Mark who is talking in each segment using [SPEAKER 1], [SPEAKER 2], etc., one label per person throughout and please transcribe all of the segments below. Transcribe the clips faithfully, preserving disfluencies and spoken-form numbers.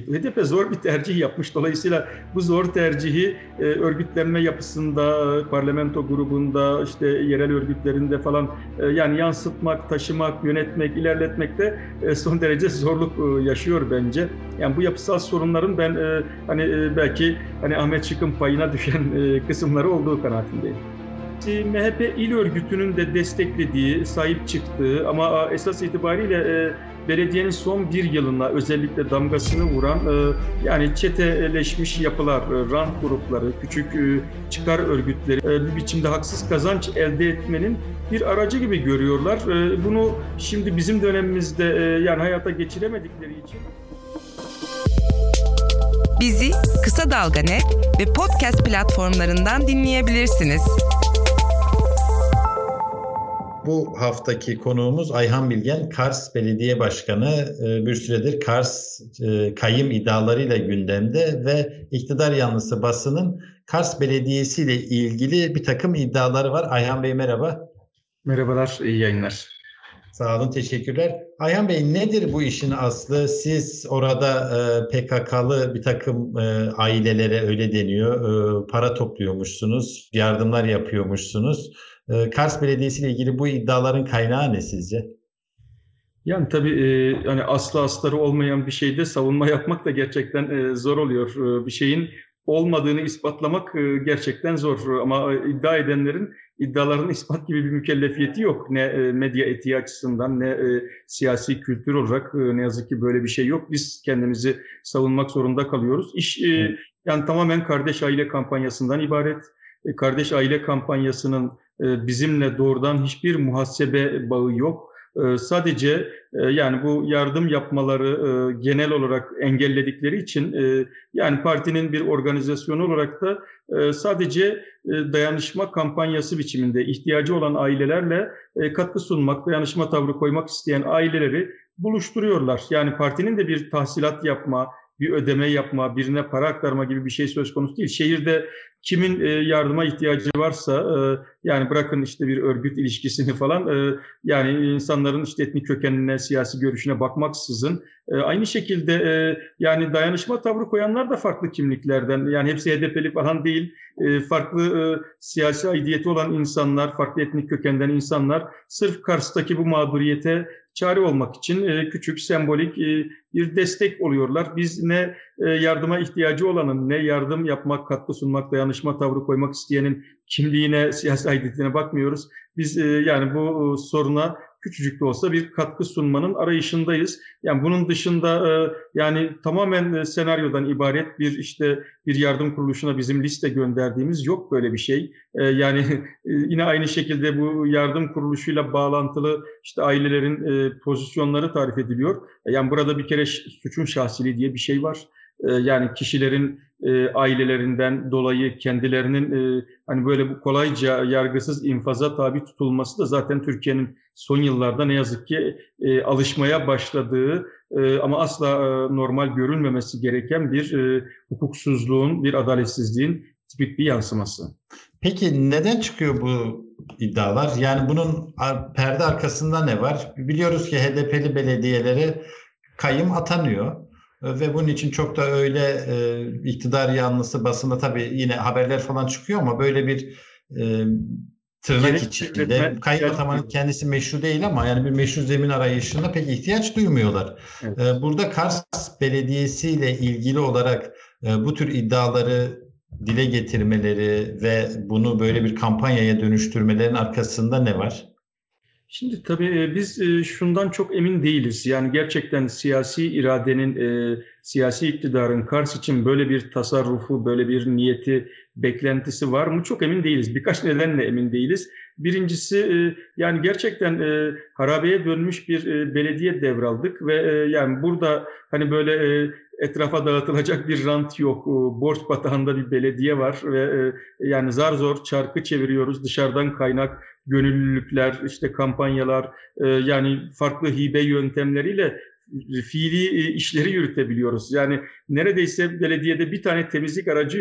[SPEAKER 1] H D P zor bir tercih yapmış. Dolayısıyla bu zor tercihi e, örgütlenme yapısında, parlamento grubunda, işte yerel örgütlerinde falan e, yani yansıtmak, taşımak, yönetmek, ilerletmekte e, son derece zorluk e, yaşıyor bence. Yani bu yapısal sorunların ben e, hani e, belki hani Ahmet Şık'ın payına düşen e, kısımları olduğu kanaatindeyim. M H P il örgütünün de desteklediği, sahip çıktığı ama esas itibariyle e, belediyenin son bir yılına özellikle damgasını vuran e, yani çeteleşmiş yapılar, e, rant grupları, küçük e, çıkar örgütleri e, bir biçimde haksız kazanç elde etmenin bir aracı gibi görüyorlar. E, bunu şimdi bizim dönemimizde e, yani hayata geçiremedikleri için.
[SPEAKER 2] Bizi Kısa Dalga Net ve podcast platformlarından dinleyebilirsiniz.
[SPEAKER 3] Bu haftaki konuğumuz Ayhan Bilgen, Kars Belediye Başkanı. Bir süredir Kars kayım iddialarıyla gündemde ve iktidar yanlısı basının Kars Belediyesi ile ilgili bir takım iddiaları var. Ayhan Bey merhaba.
[SPEAKER 1] Merhabalar, iyi yayınlar.
[SPEAKER 3] Sağ olun, teşekkürler. Ayhan Bey, nedir bu işin aslı? Siz orada e, P K K'lı bir takım e, ailelere, öyle deniyor, e, para topluyormuşsunuz, yardımlar yapıyormuşsunuz. E, Kars Belediyesi ile ilgili bu iddiaların kaynağı ne sizce?
[SPEAKER 1] Yani tabii e, hani aslı astarı olmayan bir şeyde savunma yapmak da gerçekten e, zor oluyor. E, bir şeyin olmadığını ispatlamak e, gerçekten zor. Ama e, iddia edenlerin iddialarının ispat gibi bir mükellefiyeti yok. Ne e, medya etiği açısından ne e, siyasi kültür olarak e, ne yazık ki böyle bir şey yok. Biz kendimizi savunmak zorunda kalıyoruz. İş e, yani tamamen kardeş aile kampanyasından ibaret. E, kardeş aile kampanyasının e, bizimle doğrudan hiçbir muhasebe bağı yok. Sadece yani bu yardım yapmaları genel olarak engelledikleri için yani partinin bir organizasyonu olarak da sadece dayanışma kampanyası biçiminde ihtiyacı olan ailelerle katkı sunmak, dayanışma tavrı koymak isteyen aileleri buluşturuyorlar. Yani partinin de bir tahsilat yapma, bir ödeme yapma, birine para aktarma gibi bir şey söz konusu değil. Şehirde kimin yardıma ihtiyacı varsa yani bırakın işte bir örgüt ilişkisini falan yani insanların işte etnik kökenine, siyasi görüşüne bakmaksızın aynı şekilde yani dayanışma tavrı koyanlar da farklı kimliklerden, yani hepsi H D P'li falan değil, farklı siyasi aidiyeti olan insanlar, farklı etnik kökenden insanlar sırf Kars'taki bu mağduriyete çare olmak için küçük, sembolik bir destek oluyorlar. Biz ne yardıma ihtiyacı olanın, ne yardım yapmak, katkı sunmak, dayanışma tavrı koymak isteyenin kimliğine, siyasi aidiyetine bakmıyoruz. Biz yani bu soruna küçücük de olsa bir katkı sunmanın arayışındayız. Yani bunun dışında yani tamamen senaryodan ibaret bir işte bir yardım kuruluşuna bizim liste gönderdiğimiz yok, böyle bir şey. Yani yine aynı şekilde bu yardım kuruluşuyla bağlantılı işte ailelerin pozisyonları tarif ediliyor. Yani burada bir kere suçun şahsiliği diye bir şey var. Yani kişilerin e, ailelerinden dolayı kendilerinin e, hani böyle bu kolayca yargısız infaza tabi tutulması da zaten Türkiye'nin son yıllarda ne yazık ki e, alışmaya başladığı e, ama asla e, normal görülmemesi gereken bir e, hukuksuzluğun, bir adaletsizliğin tipik bir yansıması.
[SPEAKER 3] Peki neden çıkıyor bu iddialar? Yani bunun perde arkasında ne var? Biliyoruz ki H D P'li belediyelere kayyım atanıyor. Ve bunun için çok da öyle e, iktidar yanlısı basında tabii yine haberler falan çıkıyor ama böyle bir e, tırnak
[SPEAKER 1] Gerek
[SPEAKER 3] içinde kayyum atamanın kendisi meşru değil ama yani bir meşru zemin arayışında pek ihtiyaç duymuyorlar. Evet. E, burada Kars Belediyesi ile ilgili olarak e, bu tür iddiaları dile getirmeleri ve bunu böyle bir kampanyaya dönüştürmelerin arkasında ne var?
[SPEAKER 1] Şimdi tabii biz şundan çok emin değiliz. Yani gerçekten siyasi iradenin, siyasi iktidarın Kars için böyle bir tasarrufu, böyle bir niyeti, beklentisi var mı? Çok emin değiliz. Birkaç nedenle emin değiliz. Birincisi yani gerçekten harabeye dönmüş bir belediye devraldık ve yani burada hani böyle etrafa dağıtılacak bir rant yok. Borç batağında bir belediye var ve yani zar zor çarkı çeviriyoruz. Dışarıdan kaynak, gönüllülükler, işte kampanyalar, yani farklı hibe yöntemleriyle fiili işleri yürütebiliyoruz. Yani neredeyse belediyede bir tane temizlik aracı yok.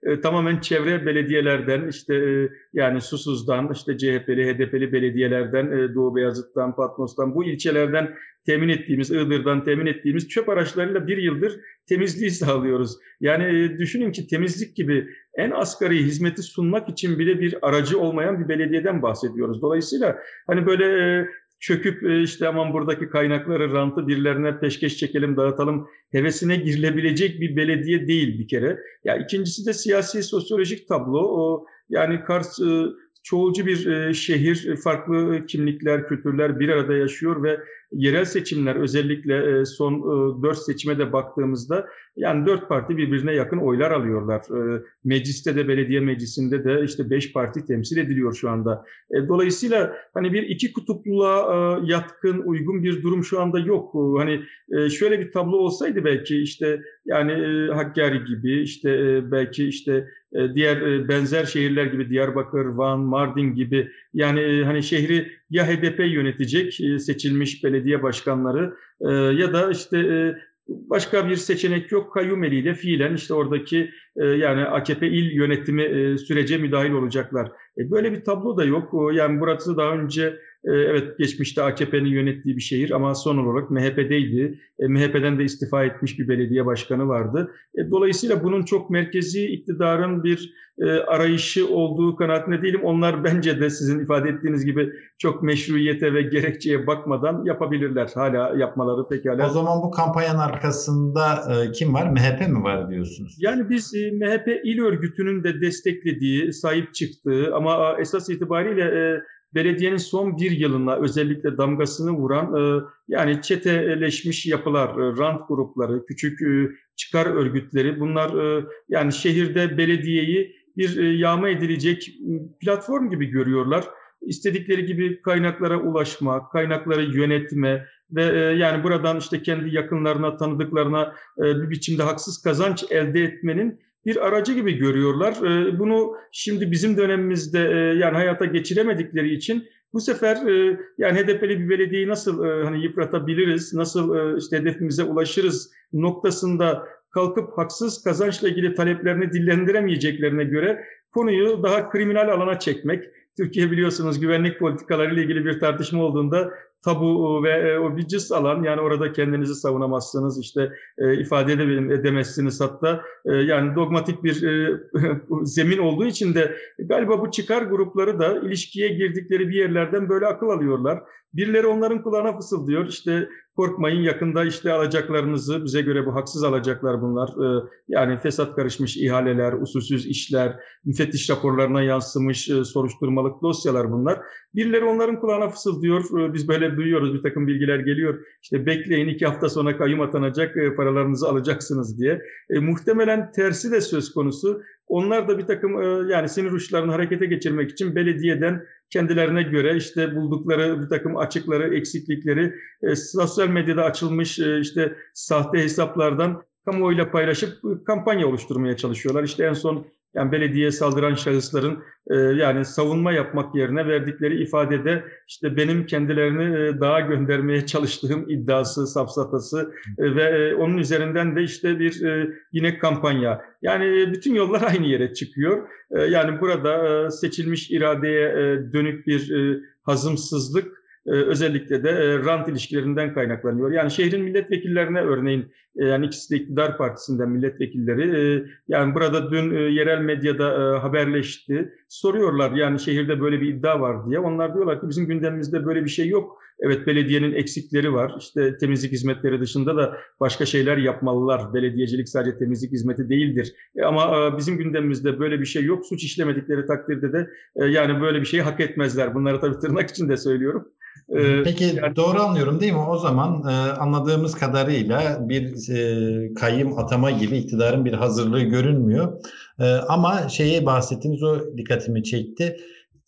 [SPEAKER 1] e, tamamen çevre belediyelerden, işte e, yani Susuz'dan, işte C H P'li, H D P'li belediyelerden, e, Doğu Beyazıt'tan, Patmos'tan, bu ilçelerden temin ettiğimiz, Iğdır'dan temin ettiğimiz çöp araçlarıyla bir yıldır temizliği sağlıyoruz. Yani e, düşünün ki temizlik gibi en asgari hizmeti sunmak için bile bir aracı olmayan bir belediyeden bahsediyoruz. Dolayısıyla hani böyle e, çöküp e, işte aman buradaki kaynakları, rantı birilerine peşkeş çekelim, dağıtalım hevesine girilebilecek bir belediye değil bir kere. Ya ikincisi de siyasi sosyolojik tablo. O yani Kars e, çoğulcu bir e, şehir, farklı kimlikler, kültürler bir arada yaşıyor ve yerel seçimler, özellikle e, son e, dört seçime de baktığımızda yani dört parti birbirine yakın oylar alıyorlar. E, mecliste de, belediye meclisinde de işte beş parti temsil ediliyor şu anda. E, dolayısıyla hani bir iki kutupluluğa e, yatkın, uygun bir durum şu anda yok. E, hani e, şöyle bir tablo olsaydı belki işte yani e, Hakkari gibi, işte e, belki işte e, diğer e, benzer şehirler gibi Diyarbakır, Van, Mardin gibi, yani e, hani şehri ya H D P yönetecek e, seçilmiş belediye başkanları e, ya da işte e, başka bir seçenek yok. Kayyum eliyle fiilen işte oradaki e, yani A K P il yönetimi e, sürece müdahil olacaklar. E, böyle bir tablo da yok. O, yani burası daha önce e, evet geçmişte A K P'nin yönettiği bir şehir ama son olarak M H P'deydi. E, M H P'den de istifa etmiş bir belediye başkanı vardı. E, dolayısıyla bunun çok merkezi iktidarın bir e, arayışı olduğu kanaatinde değilim. Onlar bence de sizin ifade ettiğiniz gibi çok meşruiyete ve gerekçeye bakmadan yapabilirler. Hala yapmaları
[SPEAKER 3] O
[SPEAKER 1] pekala.
[SPEAKER 3] zaman bu kampanyanın arkasında e, kim var? M H P mi var diyorsunuz?
[SPEAKER 1] Yani biz e, M H P il örgütünün de desteklediği, sahip çıktığı ama esas itibariyle e, belediyenin son bir yılına özellikle damgasını vuran e, yani çeteleşmiş yapılar, e, rant grupları, küçük e, çıkar örgütleri, bunlar e, yani şehirde belediyeyi bir e, yağma edilecek platform gibi görüyorlar. İstedikleri gibi kaynaklara ulaşma, kaynakları yönetme ve e, yani buradan işte kendi yakınlarına, tanıdıklarına e, bir biçimde haksız kazanç elde etmenin bir aracı gibi görüyorlar. E, bunu şimdi bizim dönemimizde e, yani hayata geçiremedikleri için bu sefer e, yani H D P'li bir belediyeyi nasıl e, hani yıpratabiliriz, nasıl e, işte hedefimize ulaşırız noktasında kalkıp haksız kazançla ilgili taleplerini dillendiremeyeceklerine göre konuyu daha kriminal alana çekmek. Türkiye biliyorsunuz güvenlik politikaları ile ilgili bir tartışma olduğunda tabu ve o bir cız alan, yani orada kendinizi savunamazsınız, işte e, ifade edemezsiniz hatta e, yani dogmatik bir e, zemin olduğu için de galiba bu çıkar grupları da ilişkiye girdikleri bir yerlerden böyle akıl alıyorlar. Birileri onların kulağına fısıldıyor, işte korkmayın yakında işte alacaklarınızı, bize göre bu haksız alacaklar bunlar. E, yani fesat karışmış ihaleler, usulsüz işler, müfettiş raporlarına yansımış e, soruşturmalık dosyalar bunlar. Birileri onların kulağına fısıldıyor. E, biz böyle duyuyoruz, bir takım bilgiler geliyor. İşte bekleyin iki hafta sonra kayyum atanacak, e, paralarınızı alacaksınız diye. E, muhtemelen tersi de söz konusu. Onlar da bir takım e, yani sinir uçlarını harekete geçirmek için belediyeden kendilerine göre işte buldukları bir takım açıkları, eksiklikleri e, sosyal medyada açılmış e, işte sahte hesaplardan kamuoyuyla paylaşıp kampanya oluşturmaya çalışıyorlar. İşte en son yani belediyeye saldıran şahısların e, yani savunma yapmak yerine verdikleri ifadede işte benim kendilerini e, dağa göndermeye çalıştığım iddiası, safsatası e, ve e, onun üzerinden de işte bir e, yine kampanya. Yani e, bütün yollar aynı yere çıkıyor. E, yani burada e, seçilmiş iradeye e, dönük bir e, hazımsızlık, Ee, özellikle de e, rant ilişkilerinden kaynaklanıyor. Yani şehrin milletvekillerine örneğin e, yani ikisi de iktidar partisinden milletvekilleri e, yani burada dün e, yerel medyada e, haberleşti. Soruyorlar yani şehirde böyle bir iddia var diye. Onlar diyorlar ki bizim gündemimizde böyle bir şey yok. Evet, belediyenin eksikleri var. İşte temizlik hizmetleri dışında da başka şeyler yapmalılar. Belediyecilik sadece temizlik hizmeti değildir. E, ama e, bizim gündemimizde böyle bir şey yok. Suç işlemedikleri takdirde de e, yani böyle bir şeyi hak etmezler. Bunları tabii tırnak içinde söylüyorum.
[SPEAKER 3] Peki
[SPEAKER 1] Yani,
[SPEAKER 3] doğru anlıyorum değil mi? O zaman e, anladığımız kadarıyla bir e, kayyum atama gibi iktidarın bir hazırlığı görünmüyor. E, ama şeyi bahsettiğiniz o dikkatimi çekti.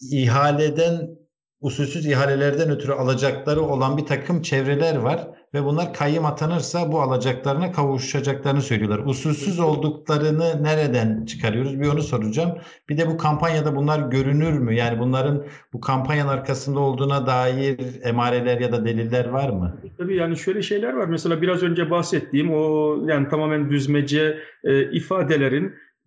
[SPEAKER 3] İhaleden, usulsüz ihalelerden ötürü alacakları olan bir takım çevreler var ve bunlar kayyum atanırsa bu alacaklarına kavuşacaklarını söylüyorlar. Usulsüz olduklarını nereden çıkarıyoruz? Bir onu soracağım. Bir de bu kampanyada bunlar görünür mü? Yani bunların bu kampanyanın arkasında olduğuna dair emareler ya da deliller var mı?
[SPEAKER 1] tabii yani şöyle şeyler var. Mesela biraz önce bahsettiğim o yani tamamen düzmece e, ifadelerin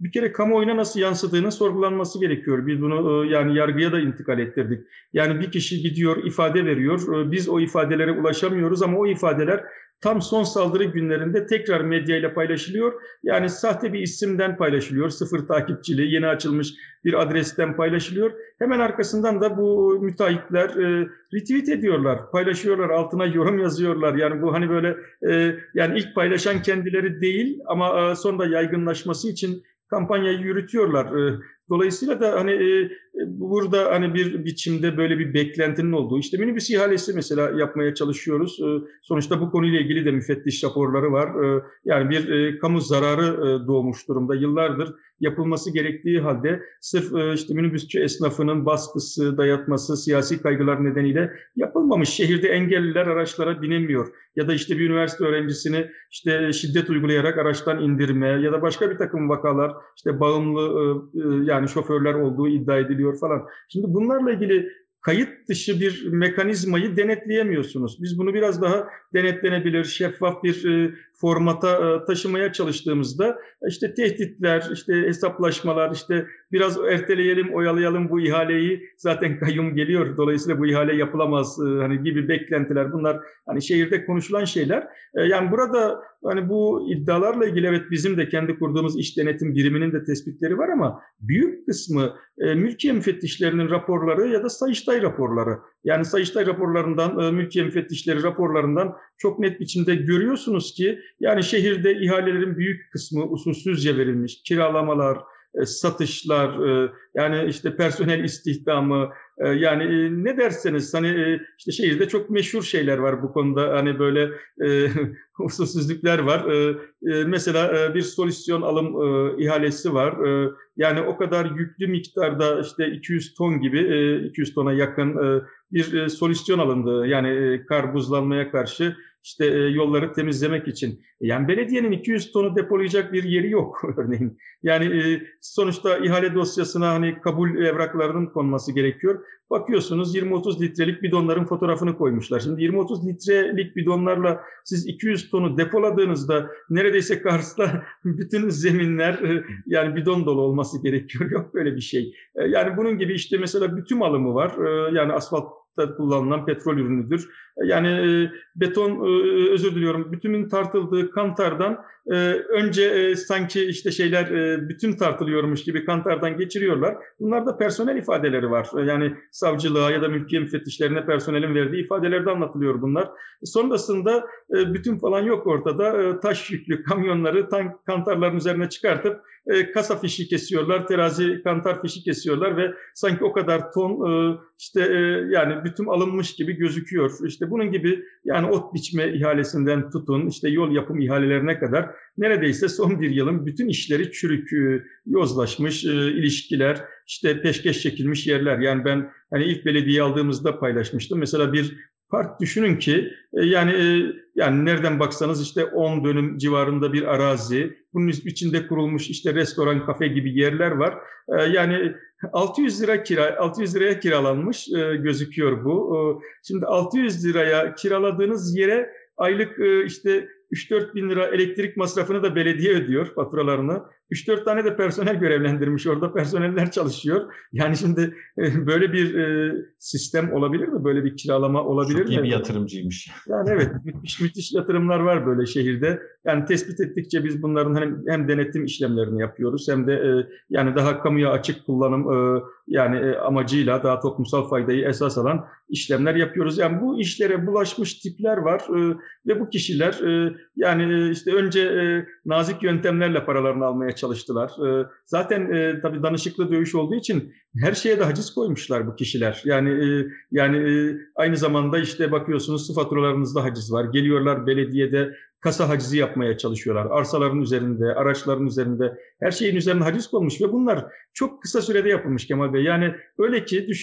[SPEAKER 1] bir kere kamuoyuna nasıl yansıdığının sorgulanması gerekiyor. Biz bunu yani yargıya da intikal ettirdik. Yani bir kişi gidiyor, ifade veriyor. Biz o ifadelere ulaşamıyoruz ama o ifadeler tam son saldırı günlerinde tekrar medyayla paylaşılıyor. Yani sahte bir isimden paylaşılıyor. Sıfır takipçili, yeni açılmış bir adresten paylaşılıyor. Hemen arkasından da bu müteahhitler e, retweet ediyorlar, paylaşıyorlar, altına yorum yazıyorlar. Yani bu hani böyle e, yani ilk paylaşan kendileri değil ama e, sonra yaygınlaşması için kampanyayı yürütüyorlar. E, dolayısıyla da hani e, burada hani bir biçimde böyle bir beklentinin olduğu, işte minibüs ihalesi mesela yapmaya çalışıyoruz. E, sonuçta bu konuyla ilgili de müfettiş raporları var. E, yani bir e, kamu zararı e, doğmuş durumda. Yıllardır yapılması gerektiği halde sırf e, işte minibüsçü esnafının baskısı, dayatması, siyasi kaygılar nedeniyle yapılmamış. Şehirde engelliler araçlara binemiyor. Ya da işte bir üniversite öğrencisini işte şiddet uygulayarak araçtan indirme ya da başka bir takım vakalar, işte bağımlı e, yani şoförler olduğu iddia ediliyor falan. Şimdi bunlarla ilgili kayıt dışı bir mekanizmayı denetleyemiyorsunuz. Biz bunu biraz daha denetlenebilir, şeffaf bir e, formata e, taşımaya çalıştığımızda işte tehditler, işte hesaplaşmalar, işte biraz erteleyelim, oyalayalım bu ihaleyi. Zaten kayyum geliyor. Dolayısıyla bu ihale yapılamaz e, hani gibi beklentiler. Bunlar hani şehirde konuşulan şeyler. E, yani burada hani bu iddialarla ilgili evet bizim de kendi kurduğumuz iş denetim biriminin de tespitleri var ama büyük kısmı e, mülkiye müfettişlerinin raporları ya da Sayıştay raporları. Yani Sayıştay raporlarından, e, mülkiye müfettişleri raporlarından çok net biçimde görüyorsunuz ki yani şehirde ihalelerin büyük kısmı usulsüzce verilmiş. Kiralamalar, e, satışlar, e, yani işte personel istihdamı, e, yani e, ne derseniz hani e, işte şehirde çok meşhur şeyler var bu konuda. Hani böyle e, usulsüzlükler var. E, e, mesela e, bir solüsyon alım e, ihalesi var. E, yani o kadar yüklü miktarda işte iki yüz ton gibi, e, iki yüz tona yakın e, bir e, solüsyon alındı. Yani e, kar buzlanmaya karşı işte e, yolları temizlemek için. Yani belediyenin iki yüz tonu depolayacak bir yeri yok örneğin. Yani e, sonuçta ihale dosyasına hani kabul evraklarının konması gerekiyor. Bakıyorsunuz yirmi otuz litrelik bidonların fotoğrafını koymuşlar. Şimdi yirmi otuz litrelik bidonlarla siz iki yüz tonu depoladığınızda neredeyse Kars'ta bütün zeminler e, yani bidon dolu olması gerekiyor. Yok böyle bir şey. E, yani bunun gibi işte mesela bütüm alımı var. E, yani asfaltta kullanılan petrol ürünüdür. E, yani e, beton e, özür diliyorum bütümün tartıldığı kantardan e, önce e, sanki işte şeyler e, bütün tartılıyormuş gibi kantardan geçiriyorlar. Bunlarda personel ifadeleri var. E, yani savcılığa ya da mülkiye müfettişlerine personelin verdiği ifadelerde anlatılıyor bunlar. Sonrasında e, bütün falan yok ortada. E, taş yüklü kamyonları tank, kantarların üzerine çıkartıp e, kasa fişi kesiyorlar, terazi kantar fişi kesiyorlar ve sanki o kadar ton e, işte e, yani bütün alınmış gibi gözüküyor. İşte bunun gibi yani ot biçme ihalesinden tutun işte yol yapım ihalelerine kadar neredeyse son bir yılın bütün işleri çürük, e, yozlaşmış e, ilişkiler, işte peşkeş çekilmiş yerler. Yani ben hani ilk belediye aldığımızda paylaşmıştım. Mesela bir park düşünün ki e, yani e, yani nereden baksanız işte on dönüm civarında bir arazi. Bunun içinde kurulmuş işte restoran, kafe gibi yerler var. E, yani altı yüz lira kira, altı yüz liraya kiralanmış e, gözüküyor bu. E, şimdi altı yüz liraya kiraladığınız yere aylık e, işte üç dört bin lira elektrik masrafını da belediye ödüyor faturalarını. üç dört tane de personel görevlendirmiş. Orada personeller çalışıyor. Yani şimdi e, böyle bir e, sistem olabilir mi? Böyle bir kiralama olabilir
[SPEAKER 3] Çok
[SPEAKER 1] mi?
[SPEAKER 3] iyi bir yatırımcıymış.
[SPEAKER 1] Yani evet müthiş, müthiş yatırımlar var böyle şehirde. Yani tespit ettikçe biz bunların hem, hem denetim işlemlerini yapıyoruz hem de e, yani daha kamuya açık kullanım e, yani e, amacıyla daha toplumsal faydayı esas alan işlemler yapıyoruz. Yani bu işlere bulaşmış tipler var e, ve bu kişiler e, yani e, işte önce e, nazik yöntemlerle paralarını almaya çalıştılar. E, zaten e, tabii danışıklı dövüş olduğu için her şeye de haciz koymuşlar bu kişiler. Yani e, yani e, aynı zamanda işte bakıyorsunuz su faturalarınızda haciz var. Geliyorlar belediyede kasa hacizi yapmaya çalışıyorlar. Arsaların üzerinde, araçların üzerinde, her şeyin üzerine haciz konmuş ve bunlar çok kısa sürede yapılmış Kemal Bey. Yani öyle ki düşünün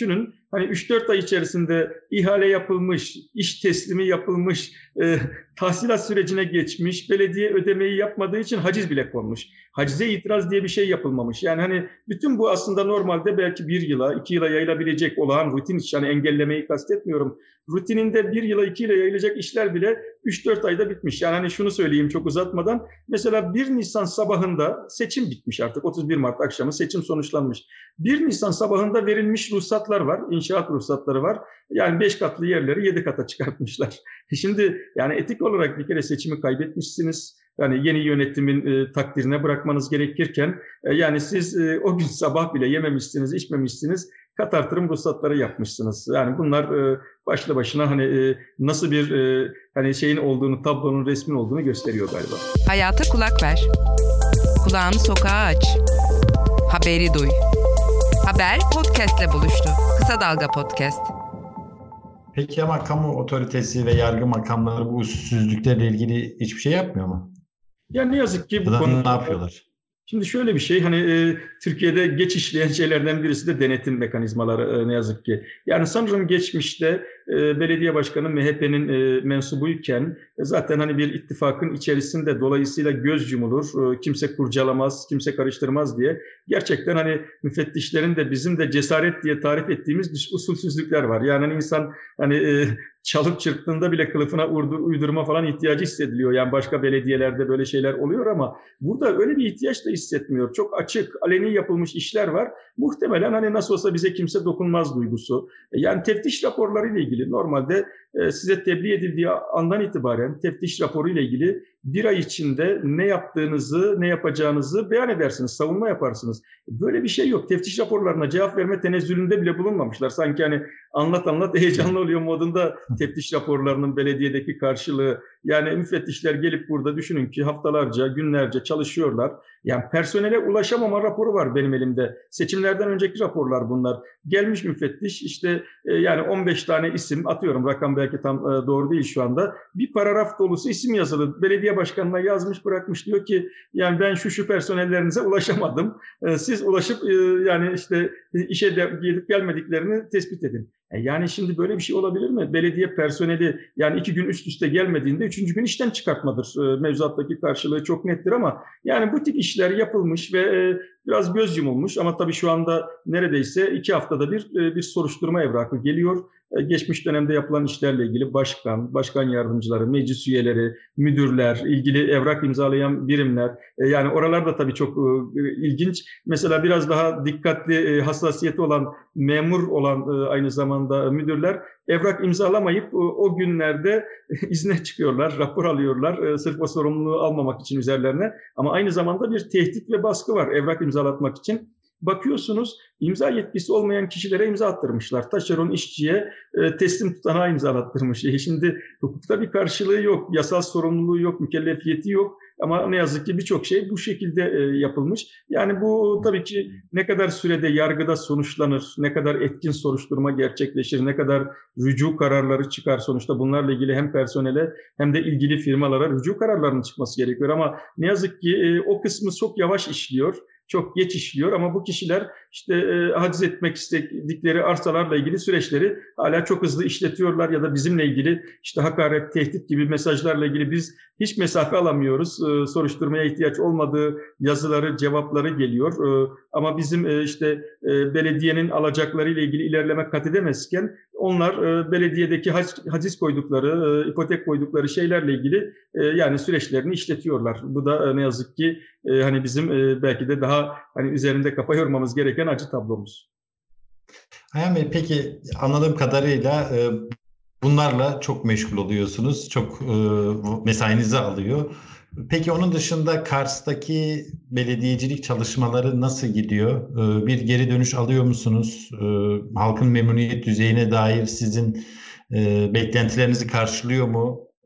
[SPEAKER 1] hani üç dört ay içerisinde ihale yapılmış, iş teslimi yapılmış, e, tahsilat sürecine geçmiş, belediye ödemeyi yapmadığı için haciz bile konmuş. Hacize itiraz diye bir şey yapılmamış. Yani hani bütün bu aslında normalde belki bir yıla, iki yıla yayılabilecek olan rutin iş, yani engellemeyi kastetmiyorum. Rutininde bir yıla, iki yıla yayılacak işler bile üç dört ayda bitmiş. Yani hani şunu söyleyeyim çok uzatmadan. Mesela bir Nisan sabahında seçim bitmiş artık. otuz bir Mart akşamı seçim sonuçlanmış. bir Nisan sabahında verilmiş ruhsatlar var. İnşaat ruhsatları var. Yani beş katlı yerleri yedi kata çıkartmışlar. Şimdi yani etik olarak bir kere seçimi kaybetmişsiniz. Yani yeni yönetimin e, takdirine bırakmanız gerekirken e, yani siz e, o gün sabah bile yememişsiniz, içmemişsiniz. Kat artırım ruhsatları yapmışsınız. Yani bunlar e, başlı başına hani e, nasıl bir e, hani şeyin olduğunu, tablonun, resmin olduğunu gösteriyor galiba.
[SPEAKER 2] Hayata kulak ver. Kulağını sokağa aç. Haberi duy. Haber podcast'le buluştu. Kısa Dalga Podcast.
[SPEAKER 3] Peki ama kamu otoritesi ve yargı makamları bu usulsüzlüklerle ilgili hiçbir şey yapmıyor mu?
[SPEAKER 1] Ya ne yazık ki bu
[SPEAKER 3] Ya da
[SPEAKER 1] konuda
[SPEAKER 3] ne yapıyorlar?
[SPEAKER 1] Şimdi şöyle bir şey, hani e, Türkiye'de geç işleyen şeylerden birisi de denetim mekanizmaları e, ne yazık ki. Yani sanırım geçmişte e, belediye başkanı M H P'nin e, mensubuyken e, zaten hani bir ittifakın içerisinde dolayısıyla göz yumulur, e, kimse kurcalamaz, kimse karıştırmaz diye. Gerçekten hani müfettişlerin de bizim de cesaret diye tarif ettiğimiz usulsüzlükler var. Yani hani insan hani e, çalıp çırptığında bile kılıfına uydurma falan ihtiyacı hissediliyor. Yani başka belediyelerde böyle şeyler oluyor ama burada öyle bir ihtiyaç da hissetmiyor. Çok açık, aleni yapılmış işler var. Muhtemelen hani nasıl olsa bize kimse dokunmaz duygusu. Yani teftiş raporları ile ilgili normalde size tebliğ edildiği andan itibaren teftiş raporu ile ilgili bir ay içinde ne yaptığınızı, ne yapacağınızı beyan edersiniz, savunma yaparsınız. Böyle bir şey yok. Teftiş raporlarına cevap verme tenezzülünde bile bulunmamışlar. Sanki hani anlat anlat heyecanlı oluyor modunda teftiş raporlarının belediyedeki karşılığı. Yani müfettişler gelip burada düşünün ki haftalarca, günlerce çalışıyorlar. Yani personele ulaşamama raporu var benim elimde. Seçimlerden önceki raporlar bunlar. Gelmiş müfettiş işte e, yani on beş tane isim atıyorum, rakam belki tam e, doğru değil şu anda. Bir paragraf dolusu isim yazılı. Belediye başkanına yazmış bırakmış, diyor ki yani ben şu şu personellerinize ulaşamadım. E, siz ulaşıp e, yani işte işe de gelip gelmediklerini tespit edin. Yani şimdi böyle bir şey olabilir mi? Belediye personeli yani iki gün üst üste gelmediğinde üçüncü gün işten çıkartmadır. Mevzuattaki karşılığı çok nettir ama yani bu tip işler yapılmış ve biraz göz yumulmuş ama tabii şu anda neredeyse iki haftada bir bir soruşturma evrakı geliyor. Geçmiş dönemde yapılan işlerle ilgili başkan, başkan yardımcıları, meclis üyeleri, müdürler, ilgili evrak imzalayan birimler. Yani oralar da tabii çok ilginç. Mesela biraz daha dikkatli, hassasiyeti olan, memur olan aynı zamanda müdürler evrak imzalamayıp o günlerde izne çıkıyorlar, rapor alıyorlar sırf o sorumluluğu almamak için üzerlerine. Ama aynı zamanda bir tehdit ve baskı var evrak imzalatmak için. Bakıyorsunuz imza yetkisi olmayan kişilere imza attırmışlar. Taşeron işçiye e, teslim tutanağı imzalattırmış. E şimdi hukukta bir karşılığı yok, yasal sorumluluğu yok, mükellefiyeti yok. Ama ne yazık ki birçok şey bu şekilde e, yapılmış. Yani bu tabii ki ne kadar sürede yargıda sonuçlanır, ne kadar etkin soruşturma gerçekleşir, ne kadar rücu kararları çıkar. Sonuçta bunlarla ilgili hem personele hem de ilgili firmalara rücu kararlarının çıkması gerekiyor. Ama ne yazık ki e, o kısmı çok yavaş işliyor. Çok geç işliyor ama bu kişiler işte e, haciz etmek istedikleri arsalarla ilgili süreçleri hala çok hızlı işletiyorlar ya da bizimle ilgili işte hakaret, tehdit gibi mesajlarla ilgili biz hiç mesafe alamıyoruz. E, soruşturmaya ihtiyaç olmadığı yazıları, cevapları geliyor. E, ama bizim e, işte e, belediyenin alacakları ile ilgili ilerleme kat edemezken onlar e, belediyedeki haciz koydukları, e, ipotek koydukları şeylerle ilgili e, yani süreçlerini işletiyorlar. Bu da e, ne yazık ki e, hani bizim e, belki de daha hani üzerinde kafa yormamız gereken acı tablomuz.
[SPEAKER 3] Ayhan Bey, peki anladığım kadarıyla e, bunlarla çok meşgul oluyorsunuz. Çok e, mesainizi alıyor. Peki onun dışında Kars'taki belediyecilik çalışmaları nasıl gidiyor? E, bir geri dönüş alıyor musunuz? E, halkın memnuniyet düzeyine dair sizin e, beklentilerinizi karşılıyor mu?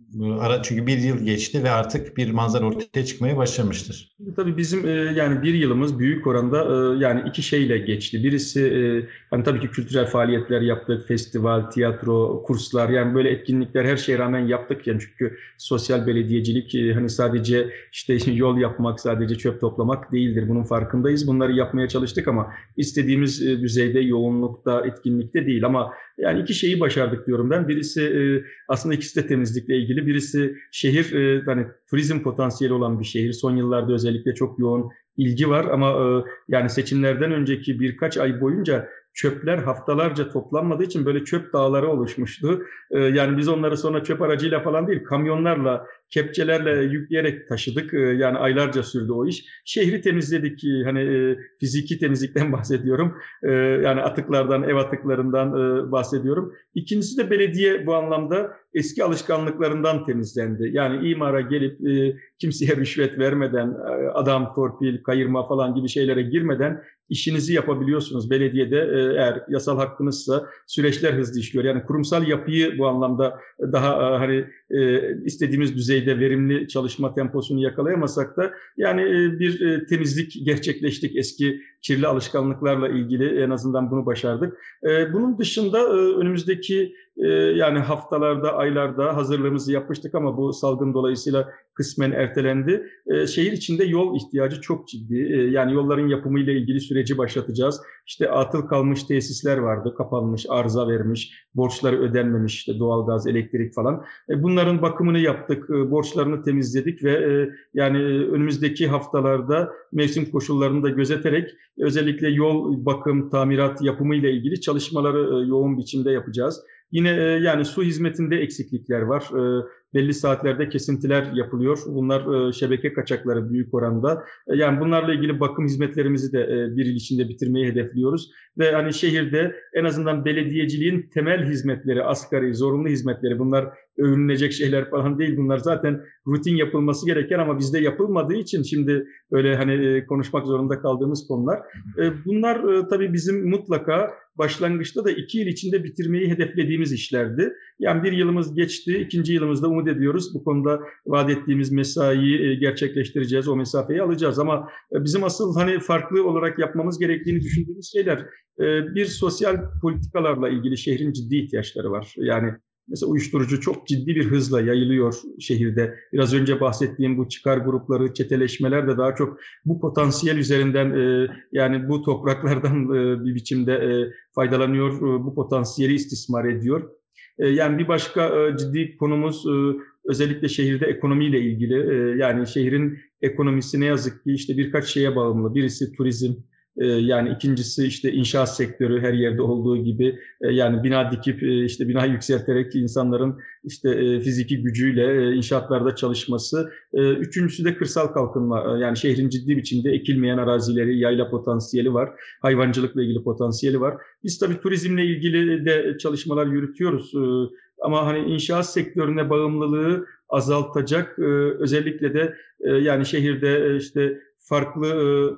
[SPEAKER 3] Ara çünkü bir yıl geçti ve artık bir manzara ortaya çıkmaya başlamıştır.
[SPEAKER 1] Tabii bizim e, yani bir yılımız büyük oranda e, yani iki şeyle geçti. Birisi e, hani tabii ki kültürel faaliyetler yaptık, festival, tiyatro, kurslar, yani böyle etkinlikler her şeye rağmen yaptık yani, çünkü sosyal belediyecilik e, hani sadece işte yol yapmak, sadece çöp toplamak değildir. Bunun farkındayız. Bunları yapmaya çalıştık ama istediğimiz e, düzeyde, yoğunlukta, etkinlikte değil. Ama yani iki şeyi başardık diyorum ben. Birisi e, aslında ikisi de temizlikle ilgili. Birisi şehir e, hani turizm potansiyeli olan bir şehir. Son yıllarda özellikle çok yoğun ilgi var ama e, yani seçimlerden önceki birkaç ay boyunca çöpler haftalarca toplanmadığı için böyle çöp dağları oluşmuştu. E, yani biz onları sonra çöp aracıyla falan değil, kamyonlarla, kepçelerle yükleyerek taşıdık. E, yani aylarca sürdü o iş. Şehri temizledik. E, hani e, fiziki temizlikten bahsediyorum. E, yani atıklardan, ev atıklarından e, bahsediyorum. İkincisi de belediye bu anlamda eski alışkanlıklarından temizlendi. Yani imara gelip e, kimseye rüşvet vermeden, e, adam, torpil, kayırma falan gibi şeylere girmeden işinizi yapabiliyorsunuz. Belediyede e, eğer yasal hakkınızsa süreçler hızlı işliyor. Yani kurumsal yapıyı bu anlamda daha e, hani e, istediğimiz düzeyde verimli çalışma temposunu yakalayamasak da yani e, bir e, temizlik gerçekleştik. Eski kirli alışkanlıklarla ilgili en azından bunu başardık. E, bunun dışında e, önümüzdeki e, yani haftalarda, aylarda hazırlığımızı yapmıştık ama bu salgın dolayısıyla kısmen ertelendi. E, şehir içinde yol ihtiyacı çok ciddi. E, yani yolların yapımıyla ilgili süreci başlatacağız. İşte atıl kalmış tesisler vardı, kapanmış, arıza vermiş, borçları ödenmemiş, işte doğalgaz, elektrik falan. E, bunların bakımını yaptık, e, borçlarını temizledik ve e, yani önümüzdeki haftalarda mevsim koşullarını da gözeterek özellikle yol bakım, tamirat, yapımı ile ilgili çalışmaları e, yoğun biçimde yapacağız. Yine e, yani su hizmetinde eksiklikler var. E, belli saatlerde kesintiler yapılıyor. Bunlar e, şebeke kaçakları büyük oranda. E, yani bunlarla ilgili bakım hizmetlerimizi de e, bir yıl içinde bitirmeyi hedefliyoruz. Ve hani şehirde en azından belediyeciliğin temel hizmetleri, asgari, zorunlu hizmetleri, bunlar övünülecek şeyler falan değil. Bunlar zaten rutin yapılması gereken ama bizde yapılmadığı için şimdi böyle hani e, konuşmak zorunda kaldığımız konular. E, bunlar e, tabii bizim mutlaka başlangıçta da iki yıl içinde bitirmeyi hedeflediğimiz işlerdi. Yani bir yılımız geçti, ikinci yılımızda umut ediyoruz. Bu konuda vaat ettiğimiz mesaiyi gerçekleştireceğiz, o mesafeyi alacağız. Ama bizim asıl hani farklı olarak yapmamız gerektiğini düşündüğümüz şeyler, bir sosyal politikalarla ilgili şehrin ciddi ihtiyaçları var. Yani mesela uyuşturucu çok ciddi bir hızla yayılıyor şehirde. Biraz önce bahsettiğim bu çıkar grupları, çeteleşmeler de daha çok bu potansiyel üzerinden e, yani bu topraklardan e, bir biçimde e, faydalanıyor, e, bu potansiyeli istismar ediyor. E, yani bir başka e, ciddi konumuz e, özellikle şehirde ekonomiyle ilgili. E, yani şehrin ekonomisi ne yazık ki işte birkaç şeye bağımlı. Birisi turizm. Yani ikincisi işte inşaat sektörü, her yerde olduğu gibi yani bina dikip işte bina yükselterek insanların işte fiziki gücüyle inşaatlarda çalışması. Üçüncüsü de kırsal kalkınma. Yani şehrin ciddi biçimde ekilmeyen arazileri, yayla potansiyeli var. Hayvancılıkla ilgili potansiyeli var. Biz tabii turizmle ilgili de çalışmalar yürütüyoruz. Ama hani inşaat sektörüne bağımlılığı azaltacak, özellikle de yani şehirde işte farklı